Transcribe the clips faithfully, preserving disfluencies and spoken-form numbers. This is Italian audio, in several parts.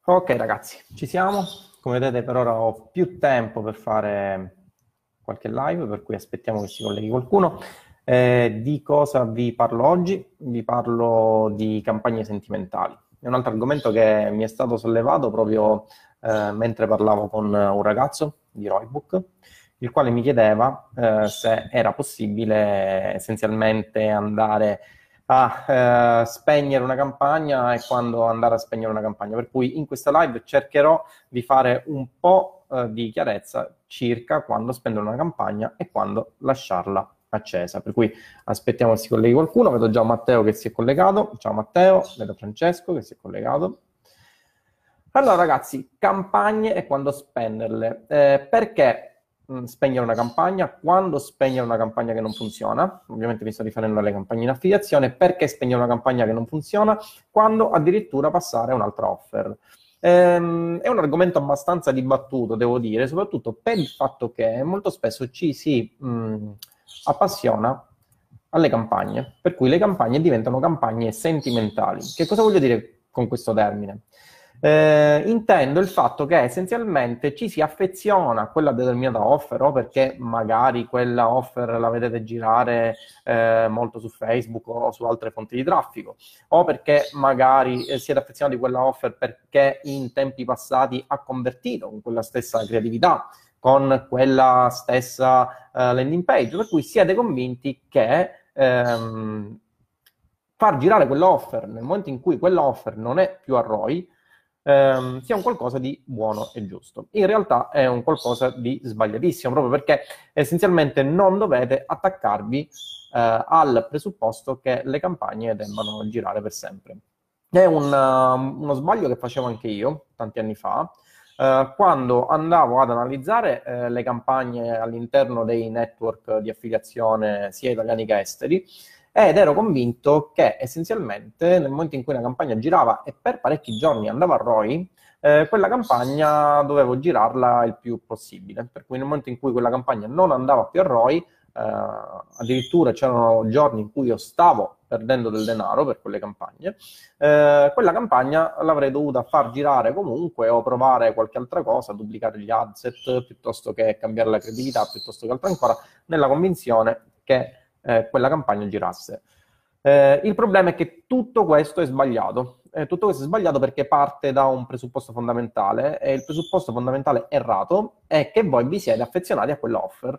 Ok ragazzi, ci siamo. Come vedete per ora ho più tempo per fare qualche live, per cui aspettiamo che si colleghi qualcuno. Eh, di cosa vi parlo oggi? Vi parlo di campagne sentimentali. È un altro argomento che mi è stato sollevato proprio eh, mentre parlavo con un ragazzo di Roybook, il quale mi chiedeva eh, se era possibile essenzialmente andare a eh, spegnere una campagna e quando andare a spegnere una campagna. Per cui in questa live cercherò di fare un po' eh, di chiarezza circa quando spendere una campagna e quando lasciarla accesa. Per cui aspettiamo che si colleghi qualcuno. Vedo già Matteo che si è collegato. Ciao Matteo, vedo Francesco che si è collegato. Allora ragazzi, campagne e quando spenderle. Eh, perché mh, spegnere una campagna? Quando spegnere una campagna che non funziona? Ovviamente mi sto riferendo alle campagne in affiliazione. Perché spegnere una campagna che non funziona? Quando addirittura passare a un'altra offer. Ehm, è un argomento abbastanza dibattuto, devo dire, soprattutto per il fatto che molto spesso ci si mh, appassiona alle campagne, per cui le campagne diventano campagne sentimentali. Che cosa voglio dire con questo termine? Eh, intendo il fatto che essenzialmente ci si affeziona a quella determinata offer o perché magari quella offer la vedete girare eh, molto su Facebook o su altre fonti di traffico, o perché magari eh, siete affezionati a quella offer perché in tempi passati ha convertito con quella stessa creatività, con quella stessa eh, landing page, per cui siete convinti che ehm, far girare quell'offer nel momento in cui quell'offer non è più a R O I ehm, sia un qualcosa di buono e giusto. In realtà è un qualcosa di sbagliatissimo, proprio perché essenzialmente non dovete attaccarvi eh, al presupposto che le campagne debbano girare per sempre. È un, uh, uno sbaglio che facevo anche io tanti anni fa, eh, quando andavo ad analizzare eh, le campagne all'interno dei network di affiliazione sia italiani che esteri, ed ero convinto che essenzialmente nel momento in cui una campagna girava e per parecchi giorni andava a R O I, eh, quella campagna dovevo girarla il più possibile, per cui nel momento in cui quella campagna non andava più a R O I, eh, addirittura c'erano giorni in cui io stavo perdendo del denaro per quelle campagne, eh, quella campagna l'avrei dovuta far girare comunque o provare qualche altra cosa, duplicare gli adset piuttosto che cambiare la credibilità, piuttosto che altro ancora, nella convinzione che eh, quella campagna girasse. Eh, il problema è che tutto questo è sbagliato. Eh, tutto questo è sbagliato perché parte da un presupposto fondamentale e il presupposto fondamentale errato è che voi vi siete affezionati a quell'offer.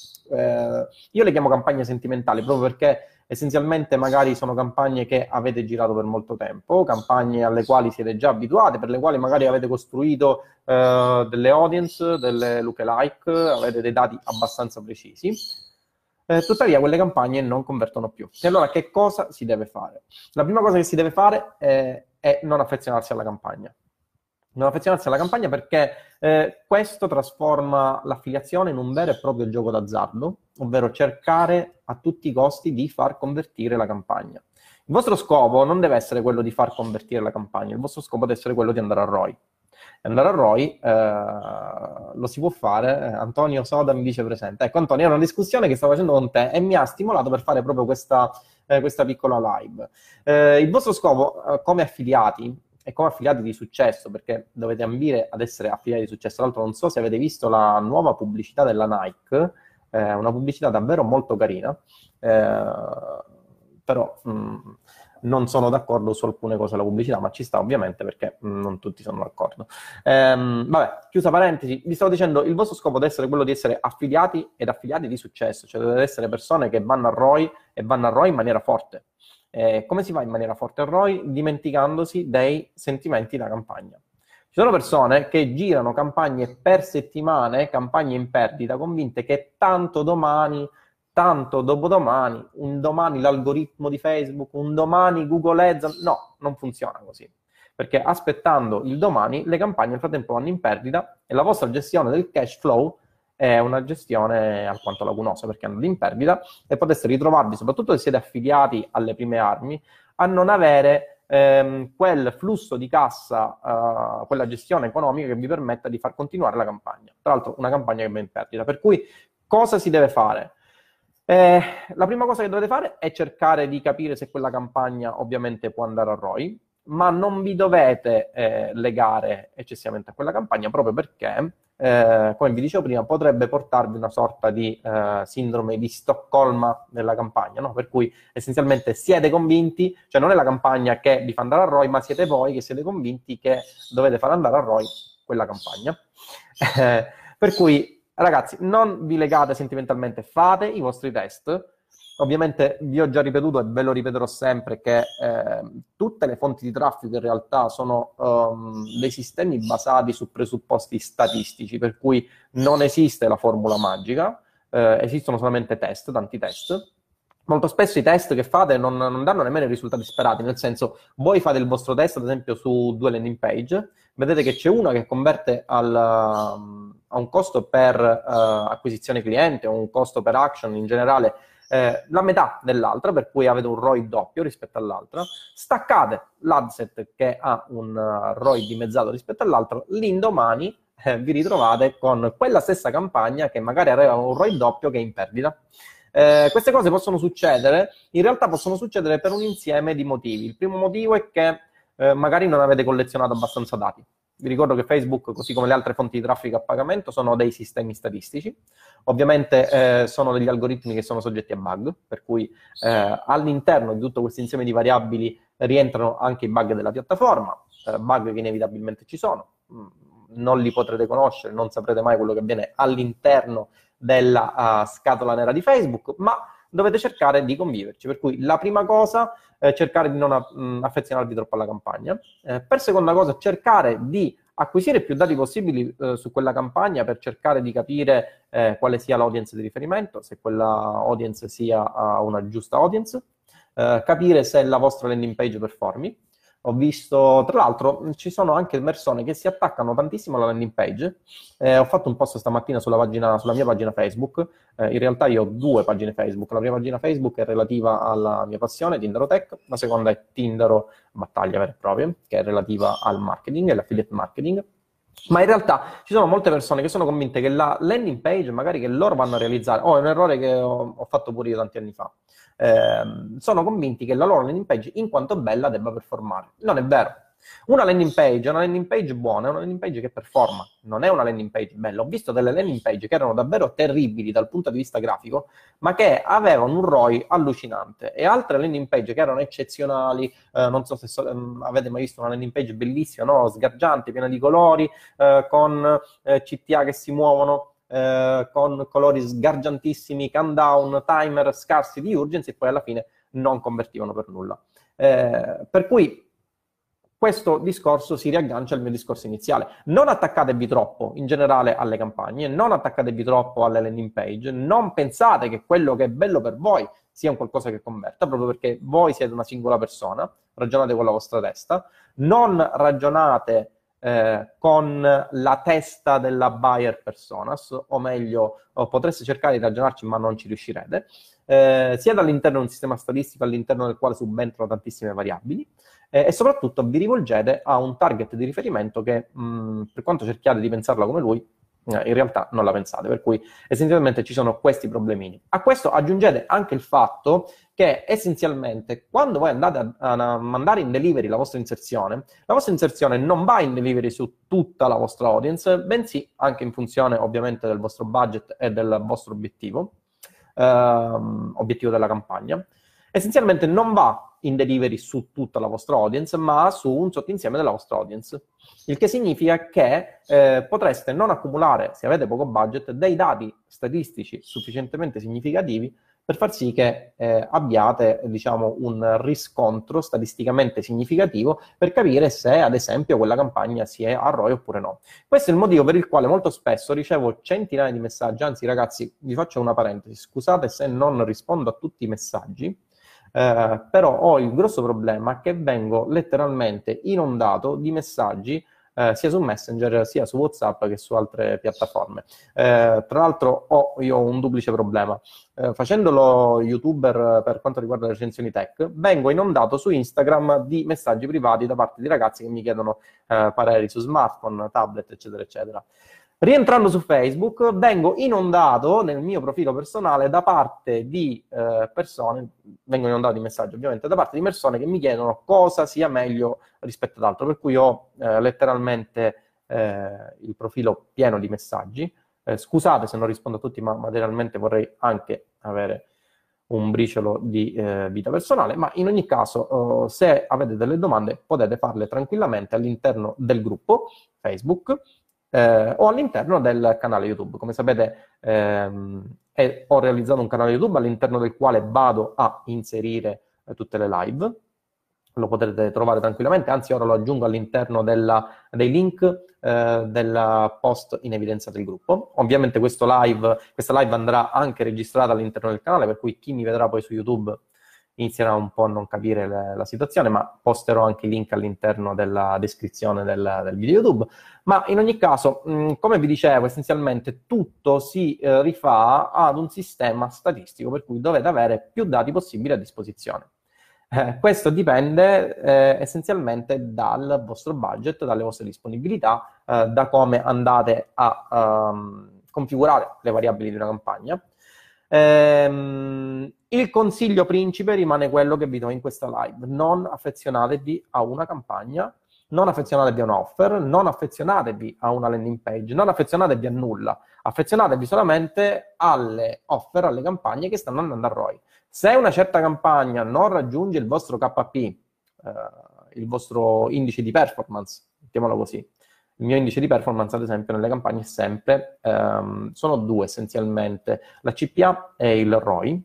Eh, io le chiamo campagne sentimentali proprio perché essenzialmente magari sono campagne che avete girato per molto tempo, campagne alle quali siete già abituati, per le quali magari avete costruito eh, delle audience, delle lookalike, avete dei dati abbastanza precisi. Eh, tuttavia quelle campagne non convertono più. E allora che cosa si deve fare? La prima cosa che si deve fare è, è non affezionarsi alla campagna. Non affezionarsi alla campagna perché eh, questo trasforma l'affiliazione in un vero e proprio gioco d'azzardo, ovvero cercare a tutti i costi di far convertire la campagna. Il vostro scopo non deve essere quello di far convertire la campagna, il vostro scopo deve essere quello di andare a R O I. Andare a R O I eh, lo si può fare. eh, Antonio Soda mi dice presente. Ecco Antonio, è una discussione che stavo facendo con te e mi ha stimolato per fare proprio questa, eh, questa piccola live. Eh, il vostro scopo eh, come affiliati e come affiliati di successo, perché dovete ambire ad essere affiliati di successo. Tra l'altro non so se avete visto la nuova pubblicità della Nike, eh, una pubblicità davvero molto carina, eh, però mh, non sono d'accordo su alcune cose della pubblicità, ma ci sta ovviamente perché mh, non tutti sono d'accordo. Ehm, vabbè, chiusa parentesi, vi stavo dicendo, il vostro scopo deve essere quello di essere affiliati ed affiliati di successo, cioè deve essere persone che vanno a R O I e vanno a R O I in maniera forte. Eh, come si va in maniera forte a R O I? Dimenticandosi dei sentimenti da campagna. Ci sono persone che girano campagne per settimane, campagne in perdita, convinte che tanto domani, tanto dopodomani, un domani l'algoritmo di Facebook, un domani Google Ads, no, non funziona così. Perché aspettando il domani, le campagne nel frattempo vanno in perdita e la vostra gestione del cash flow è una gestione alquanto lacunosa perché andate in perdita e poteste ritrovarvi, soprattutto se siete affiliati alle prime armi, a non avere ehm, quel flusso di cassa, eh, quella gestione economica che vi permetta di far continuare la campagna. Tra l'altro una campagna che va in perdita. Per cui cosa si deve fare? Eh, la prima cosa che dovete fare è cercare di capire se quella campagna ovviamente può andare a R O I. ma non vi dovete eh, legare eccessivamente a quella campagna proprio perché, eh, come vi dicevo prima, potrebbe portarvi una sorta di eh, sindrome di Stoccolma nella campagna, no? Per cui essenzialmente siete convinti, cioè non è la campagna che vi fa andare a R O I, ma siete voi che siete convinti che dovete far andare a R O I quella campagna. Eh, per cui, ragazzi, non vi legate sentimentalmente, fate i vostri test. Ovviamente vi ho già ripetuto e ve lo ripeterò sempre che eh, tutte le fonti di traffico in realtà sono um, dei sistemi basati su presupposti statistici, per cui non esiste la formula magica, eh, esistono solamente test, tanti test. Molto spesso i test che fate non, non danno nemmeno i risultati sperati, nel senso, voi fate il vostro test, ad esempio, su due landing page, vedete che c'è una che converte al, a un costo per uh, acquisizione cliente o un costo per action in generale Eh, la metà dell'altra, per cui avete un R O I doppio rispetto all'altra, staccate l'adset che ha un uh, R O I dimezzato rispetto all'altro, l'indomani eh, vi ritrovate con quella stessa campagna che magari aveva un R O I doppio che è in perdita. Eh, queste cose possono succedere, in realtà possono succedere per un insieme di motivi. Il primo motivo è che eh, magari non avete collezionato abbastanza dati. Vi ricordo che Facebook, così come le altre fonti di traffico a pagamento, sono dei sistemi statistici. Ovviamente eh, sono degli algoritmi che sono soggetti a bug, per cui eh, all'interno di tutto questo insieme di variabili rientrano anche i bug della piattaforma, eh, bug che inevitabilmente ci sono. Non li potrete conoscere, non saprete mai quello che avviene all'interno della uh, scatola nera di Facebook, ma dovete cercare di conviverci. Per cui la prima cosa è cercare di non mh, affezionarvi troppo alla campagna. Eh, per seconda cosa, cercare di acquisire più dati possibili eh, su quella campagna per cercare di capire eh, quale sia l'audience di riferimento, se quella audience sia uh, una giusta audience, eh, capire se la vostra landing page performi. Ho visto, tra l'altro, ci sono anche persone che si attaccano tantissimo alla landing page. Eh, ho fatto un post stamattina sulla, pagina, sulla mia pagina Facebook. Eh, in realtà io ho due pagine Facebook. La prima pagina Facebook è relativa alla mia passione, Tindaro Tech. La seconda è Tindaro Battaglia vera e propria, che è relativa al marketing e all'affiliate marketing. Ma in realtà ci sono molte persone che sono convinte che la landing page, magari che loro vanno a realizzare, oh, è un errore che ho, ho fatto pure io tanti anni fa, eh, sono convinti che la loro landing page, in quanto bella, debba performare. Non è vero. Una landing page è una landing page buona, è una landing page che performa, non è una landing page bella. Ho visto delle landing page che erano davvero terribili dal punto di vista grafico, ma che avevano un R O I allucinante, e altre landing page che erano eccezionali. Eh, non so se so, um, avete mai visto una landing page bellissima, no? Sgargiante, piena di colori, eh, con eh, C T A che si muovono, eh, con colori sgargiantissimi, countdown, timer scarsi di urgency, e poi alla fine non convertivano per nulla. Eh, per cui questo discorso si riaggancia al mio discorso iniziale. Non attaccatevi troppo in generale alle campagne, non attaccatevi troppo alle landing page, non pensate che quello che è bello per voi sia un qualcosa che converta, proprio perché voi siete una singola persona, ragionate con la vostra testa, non ragionate eh, con la testa della buyer personas, o meglio, o potreste cercare di ragionarci ma non ci riuscirete, eh, siete all'interno di un sistema statistico all'interno del quale subentrano tantissime variabili, eh, e soprattutto vi rivolgete a un target di riferimento che, mh, per quanto cerchiate di pensarla come lui, eh, in realtà non la pensate, per cui essenzialmente ci sono questi problemini. A questo aggiungete anche il fatto che essenzialmente quando voi andate a, a mandare in delivery la vostra inserzione, la vostra inserzione non va in delivery su tutta la vostra audience, bensì anche in funzione ovviamente del vostro budget e del vostro obiettivo, ehm, obiettivo della campagna. Essenzialmente non va in delivery su tutta la vostra audience, ma su un sottoinsieme della vostra audience. Il che significa che eh, potreste non accumulare, se avete poco budget, dei dati statistici sufficientemente significativi per far sì che eh, abbiate, diciamo, un riscontro statisticamente significativo per capire se, ad esempio, quella campagna si è a R O I oppure no. Questo è il motivo per il quale molto spesso ricevo centinaia di messaggi, anzi ragazzi, vi faccio una parentesi, scusate se non rispondo a tutti i messaggi, Eh, però ho il grosso problema che vengo letteralmente inondato di messaggi eh, sia su Messenger sia su WhatsApp che su altre piattaforme. Eh, tra l'altro ho io un duplice problema. Eh, facendo lo youtuber per quanto riguarda le recensioni tech, vengo inondato su Instagram di messaggi privati da parte di ragazzi che mi chiedono eh, pareri su smartphone, tablet, eccetera, eccetera. Rientrando su Facebook, vengo inondato nel mio profilo personale da parte di eh, persone, vengono inondati messaggi ovviamente, da parte di persone che mi chiedono cosa sia meglio rispetto ad altro, per cui ho eh, letteralmente eh, il profilo pieno di messaggi. Eh, scusate se non rispondo a tutti, ma materialmente vorrei anche avere un briciolo di eh, vita personale, ma in ogni caso, eh, se avete delle domande, potete farle tranquillamente all'interno del gruppo Facebook, Eh, o all'interno del canale YouTube. Come sapete, ehm, è, ho realizzato un canale YouTube all'interno del quale vado a inserire eh, tutte le live. Lo potete trovare tranquillamente, anzi ora lo aggiungo all'interno della, dei link eh, del post in evidenza del gruppo. Ovviamente questo live, questa live andrà anche registrata all'interno del canale, per cui chi mi vedrà poi su YouTube inizierà un po' a non capire le, la situazione, ma posterò anche i link all'interno della descrizione del, del video YouTube. Ma in ogni caso, mh, come vi dicevo, essenzialmente tutto si eh, rifà ad un sistema statistico, per cui dovete avere più dati possibili a disposizione. Eh, questo dipende eh, essenzialmente dal vostro budget, dalle vostre disponibilità, eh, da come andate a um, configurare le variabili di una campagna. Ehm, il consiglio principe rimane quello che vi do in questa live: non affezionatevi a una campagna, non affezionatevi a un offer, non affezionatevi a una landing page, non affezionatevi a nulla, affezionatevi solamente alle offer, alle campagne che stanno andando a R O I. Se una certa campagna non raggiunge il vostro K P, eh, il vostro indice di performance, mettiamolo così, il mio indice di performance, ad esempio, nelle campagne è sempre, ehm, sono due essenzialmente, la C P A e il R O I,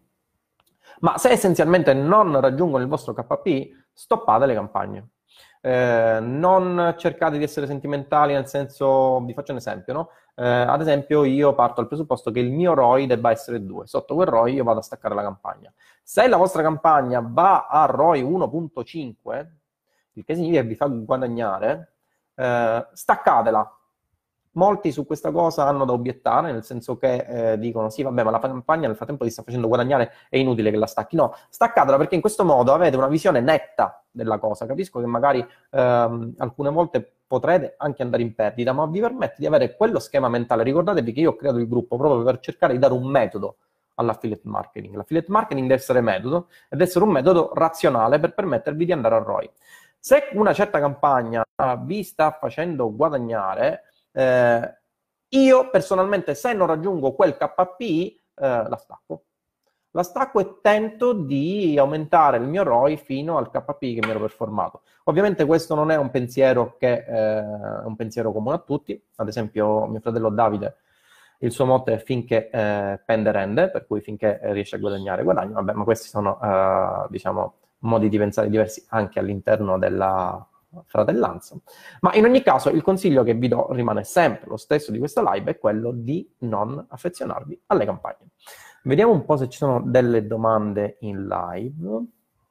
ma se essenzialmente non raggiungono il vostro K P, stoppate le campagne. Eh, non cercate di essere sentimentali, nel senso, vi faccio un esempio, no? Eh, ad esempio io parto dal presupposto che il mio R O I debba essere due, sotto quel R O I io vado a staccare la campagna. Se la vostra campagna va a R O I uno virgola cinque, il che significa che vi fa guadagnare, eh, staccatela. Molti su questa cosa hanno da obiettare, nel senso che eh, dicono sì, vabbè, ma la campagna nel frattempo ti sta facendo guadagnare, è inutile che la stacchi. No, staccatela, perché in questo modo avete una visione netta della cosa. Capisco che magari ehm, alcune volte potrete anche andare in perdita, ma vi permette di avere quello schema mentale. Ricordatevi che io ho creato il gruppo proprio per cercare di dare un metodo all'affiliate marketing. L'affiliate marketing deve essere metodo, e deve essere un metodo razionale per permettervi di andare a R O I. Se una certa campagna vi sta facendo guadagnare, Eh, io personalmente, se non raggiungo quel K P, eh, la stacco. La stacco e tento di aumentare il mio R O I fino al K P che mi ero performato. Ovviamente questo non è un pensiero che eh, è un pensiero comune a tutti. Ad esempio mio fratello Davide, il suo motto è finché eh, pende rende, per cui finché riesce a guadagnare guadagno. Vabbè, ma questi sono eh, diciamo modi di pensare diversi anche all'interno della fratellanza. Ma in ogni caso il consiglio che vi do rimane sempre lo stesso di questa live, è quello di non affezionarvi alle campagne. Vediamo un po' se ci sono delle domande in live.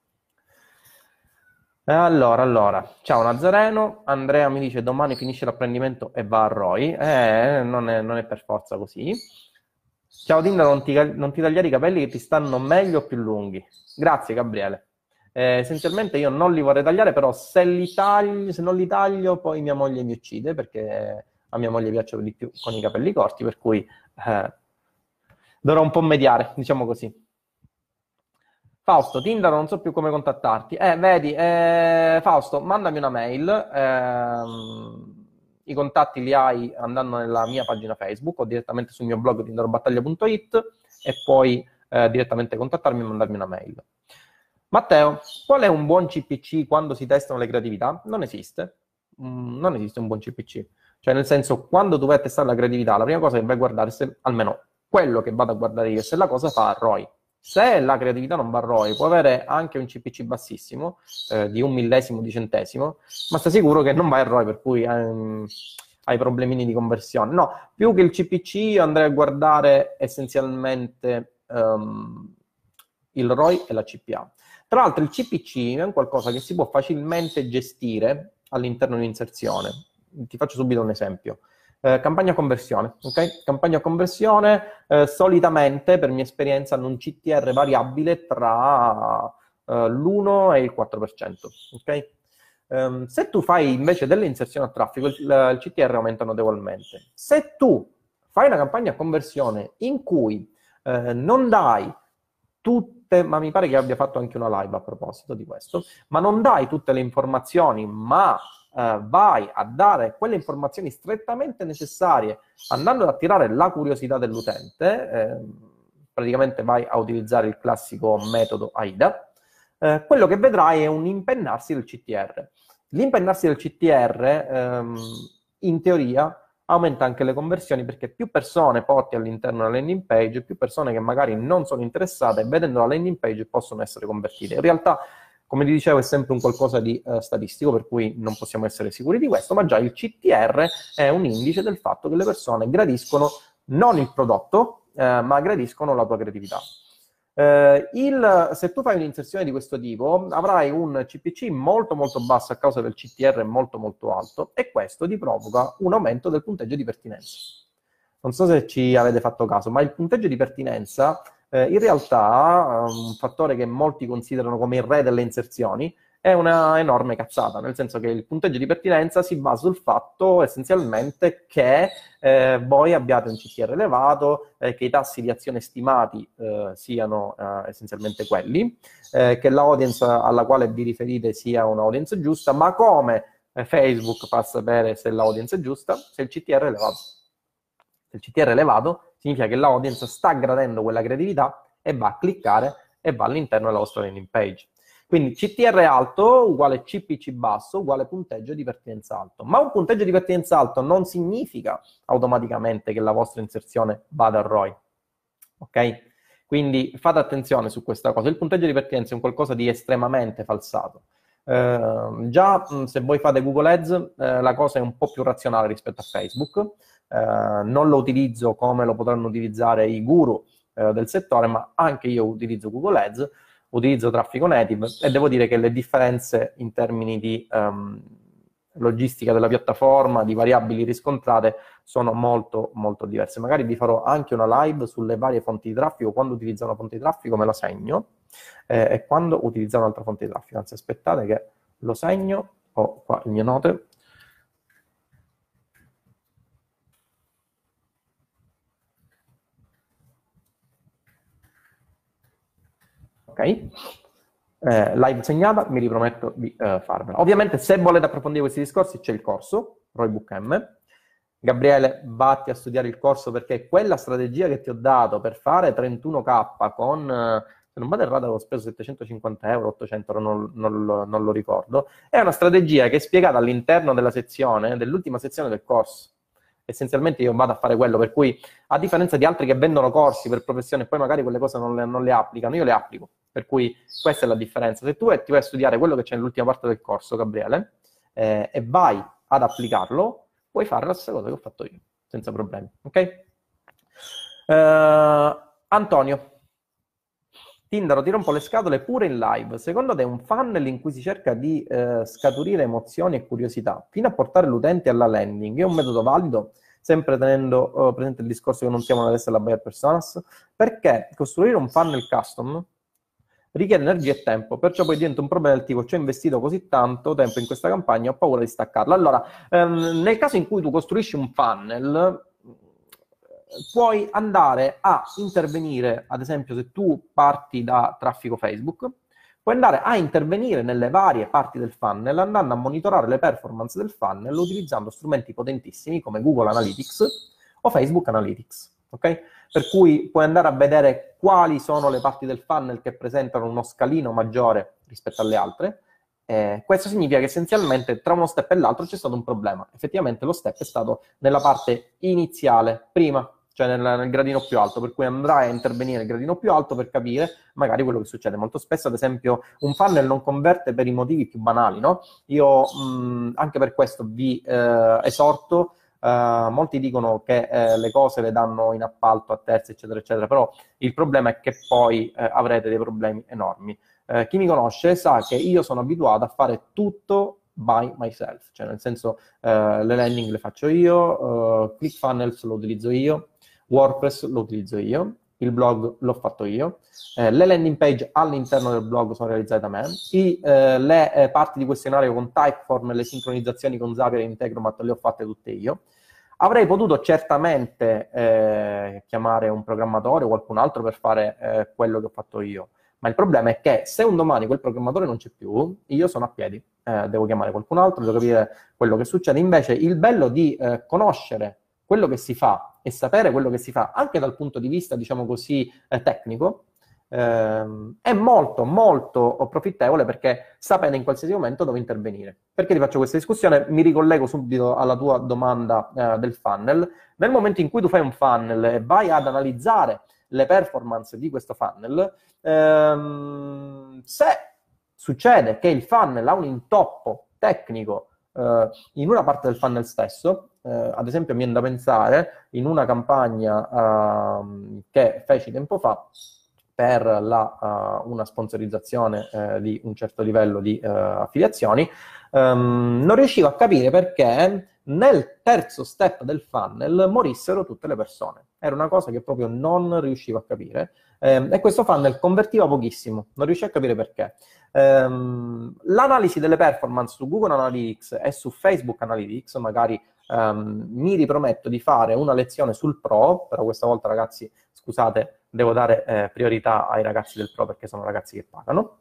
Allora, allora, ciao Nazareno, Andrea mi dice domani finisce l'apprendimento e va a R O I. Eh, non è, non è per forza così. Ciao Tinder, non ti, non ti tagliare i capelli che ti stanno meglio o più lunghi. Grazie Gabriele. Eh, essenzialmente io non li vorrei tagliare, però se li taglio, se non li taglio poi mia moglie mi uccide, perché a mia moglie piacciono di più con i capelli corti, per cui eh, dovrò un po' mediare, diciamo così. Fausto, Tinder non so più come contattarti. Eh, vedi, eh, Fausto, mandami una mail, ehm, i contatti li hai andando nella mia pagina Facebook o direttamente sul mio blog tinderobattaglia punto it, e poi eh, direttamente contattarmi e mandarmi una mail. Matteo, qual è un buon C P C quando si testano le creatività? Non esiste. Mm, non esiste un buon C P C. Cioè, nel senso, quando tu vai a testare la creatività, la prima cosa che vai a guardare, se, almeno quello che vado a guardare io, se la cosa fa a R O I. Se la creatività non va a R O I, può avere anche un C P C bassissimo, eh, di un millesimo di centesimo, ma stai sicuro che non va a R O I, per cui ehm, hai problemini di conversione. No, più che il C P C andrei a guardare essenzialmente um, il R O I e la C P A. Tra l'altro il C P C è un qualcosa che si può facilmente gestire all'interno di un'inserzione. Ti faccio subito un esempio. Eh, campagna conversione, ok? Campagna conversione, eh, solitamente, per mia esperienza, hanno un C T R variabile tra eh, l'uno e il quattro per cento, ok? Um, se tu fai invece delle inserzioni a traffico, il, il C T R aumenta notevolmente. Se tu fai una campagna a conversione in cui eh, non dai tutte, ma mi pare che abbia fatto anche una live a proposito di questo, ma non dai tutte le informazioni, ma eh, vai a dare quelle informazioni strettamente necessarie, andando ad attirare la curiosità dell'utente, eh, praticamente vai a utilizzare il classico metodo AIDA, eh, quello che vedrai è un impennarsi del C T R. L'impennarsi del C T R, ehm, in teoria, aumenta anche le conversioni, perché più persone porti all'interno della landing page, più persone che magari non sono interessate, vedendo la landing page, possono essere convertite. In realtà, come vi dicevo, è sempre un qualcosa di uh, statistico, per cui non possiamo essere sicuri di questo, ma già il C T R è un indice del fatto che le persone gradiscono non il prodotto, eh, ma gradiscono la tua creatività. Eh, il, se tu fai un'inserzione di questo tipo, avrai un C P C molto molto basso a causa del C T R molto molto alto, e questo ti provoca un aumento del punteggio di pertinenza. Non so se ci avete fatto caso, ma il punteggio di pertinenza eh, in realtà, un fattore che molti considerano come il re delle inserzioni, è una enorme cazzata, nel senso che il punteggio di pertinenza si basa sul fatto essenzialmente che eh, voi abbiate un C T R elevato, eh, che i tassi di azione stimati eh, siano eh, essenzialmente quelli, eh, che l'audience alla quale vi riferite sia un'audience giusta, ma come eh, Facebook fa sapere se l'audience è giusta? Se il C T R è elevato. Se il C T R è elevato significa che l'audience sta gradendo quella creatività e va a cliccare e va all'interno della vostra landing page. Quindi C T R alto uguale C P C basso uguale punteggio di pertinenza alto. Ma un punteggio di pertinenza alto non significa automaticamente che la vostra inserzione vada a R O I. Ok? Quindi fate attenzione su questa cosa. Il punteggio di pertinenza è un qualcosa di estremamente falsato. Eh, già mh, se voi fate Google Ads, eh, la cosa è un po' più razionale rispetto a Facebook. Eh, non lo utilizzo come lo potranno utilizzare i guru eh, del settore, ma anche io utilizzo Google Ads, utilizzo traffico native, e devo dire che le differenze in termini di um, logistica della piattaforma, di variabili riscontrate, sono molto molto diverse. Magari vi farò anche una live sulle varie fonti di traffico. Quando utilizzo una fonte di traffico me la segno, eh, e quando utilizzo un'altra fonte di traffico. Anzi, aspettate che lo segno, ho qua le mie note. Ok, eh, live segnata, mi riprometto di eh, farvela. Ovviamente, se volete approfondire questi discorsi, c'è il corso Roybook M. Gabriele, vatti a studiare il corso, perché quella strategia che ti ho dato per fare trentuno K con, se non vado errato, avevo speso settecentocinquanta euro, ottocento, non, non, non lo ricordo, è una strategia che è spiegata all'interno della sezione, dell'ultima sezione del corso. Essenzialmente io vado a fare quello, per cui, a differenza di altri che vendono corsi per professione e poi magari quelle cose non le, non le applicano, io le applico. Per cui questa è la differenza. Se tu ti vai a studiare quello che c'è nell'ultima parte del corso, Gabriele, eh, e vai ad applicarlo, puoi fare la stessa cosa che ho fatto io, senza problemi. Ok? Uh, Antonio, Tindaro tira un po' le scatole pure in live. Secondo te un funnel in cui si cerca di eh, scaturire emozioni e curiosità fino a portare l'utente alla landing è un metodo valido? Sempre tenendo uh, presente il discorso che non siamo nella testa della buyer personas, perché costruire un funnel custom richiede energia e tempo, perciò poi diventa un problema del tipo: ci ho investito così tanto tempo in questa campagna, ho paura di staccarla. Allora, ehm, nel caso in cui tu costruisci un funnel, puoi andare a intervenire, ad esempio se tu parti da traffico Facebook, puoi andare a intervenire nelle varie parti del funnel, andando a monitorare le performance del funnel utilizzando strumenti potentissimi come Google Analytics o Facebook Analytics, ok? Per cui puoi andare a vedere quali sono le parti del funnel che presentano uno scalino maggiore rispetto alle altre. Eh, questo significa che essenzialmente tra uno step e l'altro c'è stato un problema. Effettivamente lo step è stato nella parte iniziale, prima, cioè nel, nel gradino più alto, per cui andrai a intervenire nel gradino più alto per capire magari quello che succede. Molto spesso, ad esempio, un funnel non converte per i motivi più banali, no? Io mh, anche per questo vi eh, esorto. Uh, molti dicono che eh, le cose le danno in appalto a terzi, eccetera, eccetera, però il problema è che poi eh, avrete dei problemi enormi. Uh, chi mi conosce sa che io sono abituato a fare tutto by myself, cioè nel senso uh, le landing le faccio io, uh, ClickFunnels lo utilizzo io, WordPress lo utilizzo io, il blog l'ho fatto io, eh, le landing page all'interno del blog sono realizzate da me, I, eh, le eh, parti di questionario con Typeform e le sincronizzazioni con Zapier e Integromat le ho fatte tutte io. Avrei potuto certamente eh, chiamare un programmatore o qualcun altro per fare eh, quello che ho fatto io, ma il problema è che se un domani quel programmatore non c'è più, io sono a piedi, eh, devo chiamare qualcun altro, devo capire quello che succede. Invece il bello di eh, conoscere quello che si fa e sapere quello che si fa, anche dal punto di vista, diciamo così, eh, tecnico, ehm, è molto, molto profittevole, perché sapete in qualsiasi momento dove intervenire. Perché ti faccio questa discussione? Mi ricollego subito alla tua domanda eh, del funnel. Nel momento in cui tu fai un funnel e vai ad analizzare le performance di questo funnel, ehm, se succede che il funnel ha un intoppo tecnico eh, in una parte del funnel stesso, eh, ad esempio mi viene da pensare in una campagna eh, che feci tempo fa per la, uh, una sponsorizzazione uh, di un certo livello di uh, affiliazioni, um, non riuscivo a capire perché nel terzo step del funnel morissero tutte le persone. Era una cosa che proprio non riuscivo a capire, um, e questo funnel convertiva pochissimo, non riuscivo a capire perché. Um, l'analisi delle performance su Google Analytics e su Facebook Analytics, magari um, mi riprometto di fare una lezione sul Pro, però questa volta, ragazzi, scusate, devo dare eh, priorità ai ragazzi del Pro perché sono ragazzi che pagano.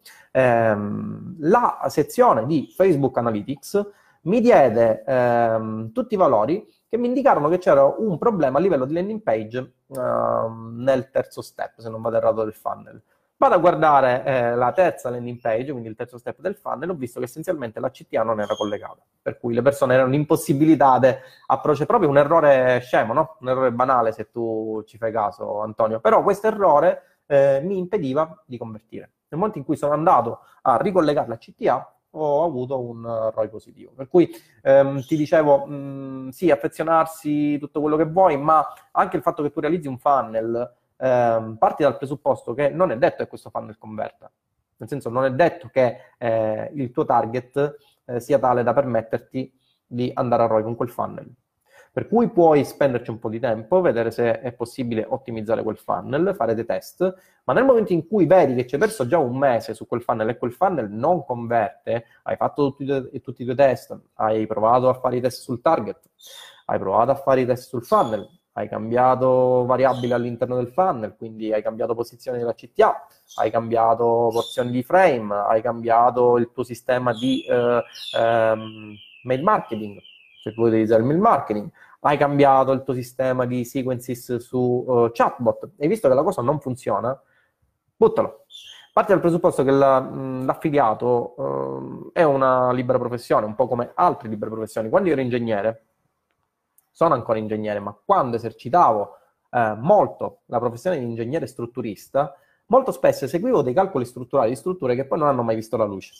Ehm, la sezione di Facebook Analytics mi diede ehm, tutti i valori che mi indicarono che c'era un problema a livello di landing page ehm, nel terzo step, se non vado errato, del funnel. Vado a guardare eh, la terza landing page, quindi il terzo step del funnel, e ho visto che essenzialmente la C T A non era collegata, per cui le persone erano impossibilitate a procedere. Proprio un errore scemo, no? Un errore banale, se tu ci fai caso, Antonio. Però questo errore eh, mi impediva di convertire. Nel momento in cui sono andato a ricollegare la C T A, ho avuto un R O I positivo. Per cui ehm, ti dicevo, mh, sì, affezionarsi, tutto quello che vuoi, ma anche il fatto che tu realizzi un funnel, ehm, parti dal presupposto che non è detto che questo funnel converta. Nel senso, non è detto che eh, il tuo target eh, sia tale da permetterti di andare a R O I con quel funnel. Per cui puoi spenderci un po' di tempo, vedere se è possibile ottimizzare quel funnel, fare dei test, ma nel momento in cui vedi che ci hai perso già un mese su quel funnel e quel funnel non converte, hai fatto tutti, tutti i tuoi test, hai provato a fare i test sul target, hai provato a fare i test sul funnel, hai cambiato variabili all'interno del funnel, quindi hai cambiato posizione della C T A, hai cambiato porzioni di frame, hai cambiato il tuo sistema di eh, ehm, mail marketing, se vuoi utilizzare il mail marketing, hai cambiato il tuo sistema di sequences su uh, chatbot, e visto che la cosa non funziona, buttalo. Parti dal presupposto che la, mh, l'affiliato uh, è una libera professione, un po' come altre libere professioni. Quando io ero ingegnere, sono ancora ingegnere, ma quando esercitavo eh, molto la professione di ingegnere strutturista, molto spesso eseguivo dei calcoli strutturali di strutture che poi non hanno mai visto la luce.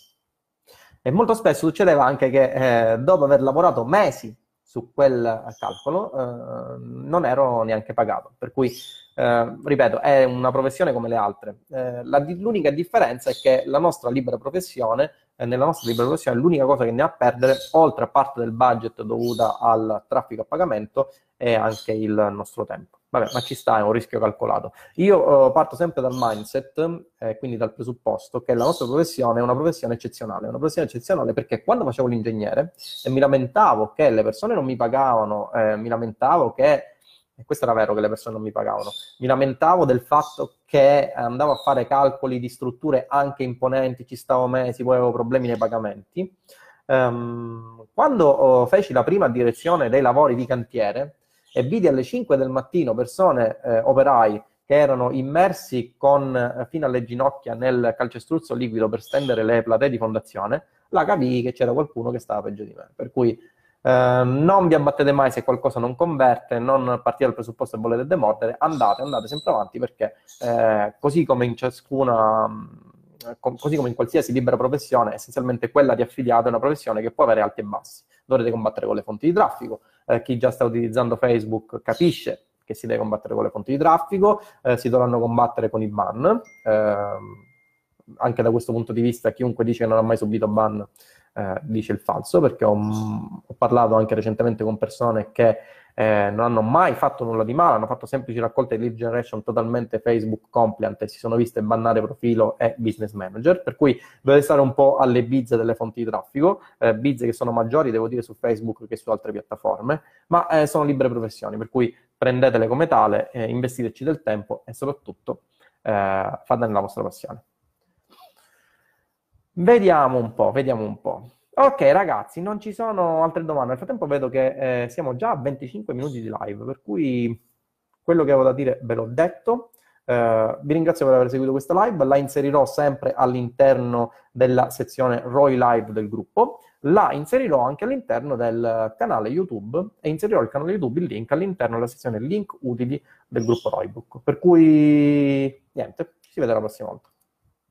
E molto spesso succedeva anche che eh, dopo aver lavorato mesi su quel calcolo eh, non ero neanche pagato. Per cui, eh, ripeto, è una professione come le altre. Eh, la, l'unica differenza è che la nostra libera professione, eh, nella nostra libera professione, l'unica cosa che ne ha a perdere, oltre a parte del budget dovuta al traffico a pagamento, è anche il nostro tempo. Vabbè, ma ci sta, è un rischio calcolato. Io eh, parto sempre dal mindset, eh, quindi dal presupposto che la nostra professione è una professione eccezionale. È una professione eccezionale perché quando facevo l'ingegnere e mi lamentavo che le persone non mi pagavano, eh, mi lamentavo che, e questo era vero che le persone non mi pagavano, mi lamentavo del fatto che andavo a fare calcoli di strutture anche imponenti, ci stavo mesi, poi avevo problemi nei pagamenti. Um, quando oh, feci la prima direzione dei lavori di cantiere, e vidi alle cinque del mattino persone, eh, operai, che erano immersi con, eh, fino alle ginocchia nel calcestruzzo liquido per stendere le platee di fondazione, là capii che c'era qualcuno che stava peggio di me. Per cui eh, non vi abbattete mai se qualcosa non converte, non partite dal presupposto che volete demordere, andate, andate sempre avanti, perché eh, così come in ciascuna... così come in qualsiasi libera professione, essenzialmente quella di affiliato è una professione che può avere alti e bassi. Dovrete combattere con le fonti di traffico. Eh, chi già sta utilizzando Facebook capisce che si deve combattere con le fonti di traffico, eh, si dovranno combattere con i ban. Eh, anche da questo punto di vista, chiunque dice che non ha mai subito ban eh, dice il falso, perché ho, ho parlato anche recentemente con persone che eh, non hanno mai fatto nulla di male, hanno fatto semplici raccolte di lead generation totalmente Facebook compliant e si sono viste bannare profilo e business manager, per cui dovete stare un po' alle bizze delle fonti di traffico, eh, bizze che sono maggiori, devo dire, su Facebook che su altre piattaforme, ma eh, sono libere professioni, per cui prendetele come tale, eh, investiteci del tempo e soprattutto eh, fatene la vostra passione. Vediamo un po', vediamo un po'. Ok, ragazzi, non ci sono altre domande. Nel frattempo vedo che eh, siamo già a venticinque minuti di live, per cui quello che avevo da dire ve l'ho detto. Eh, vi ringrazio per aver seguito questa live, la inserirò sempre all'interno della sezione Roy Live del gruppo, la inserirò anche all'interno del canale YouTube e inserirò il canale YouTube, il link all'interno della sezione link utili del gruppo Roybook. Per cui, niente, ci si vede la prossima volta.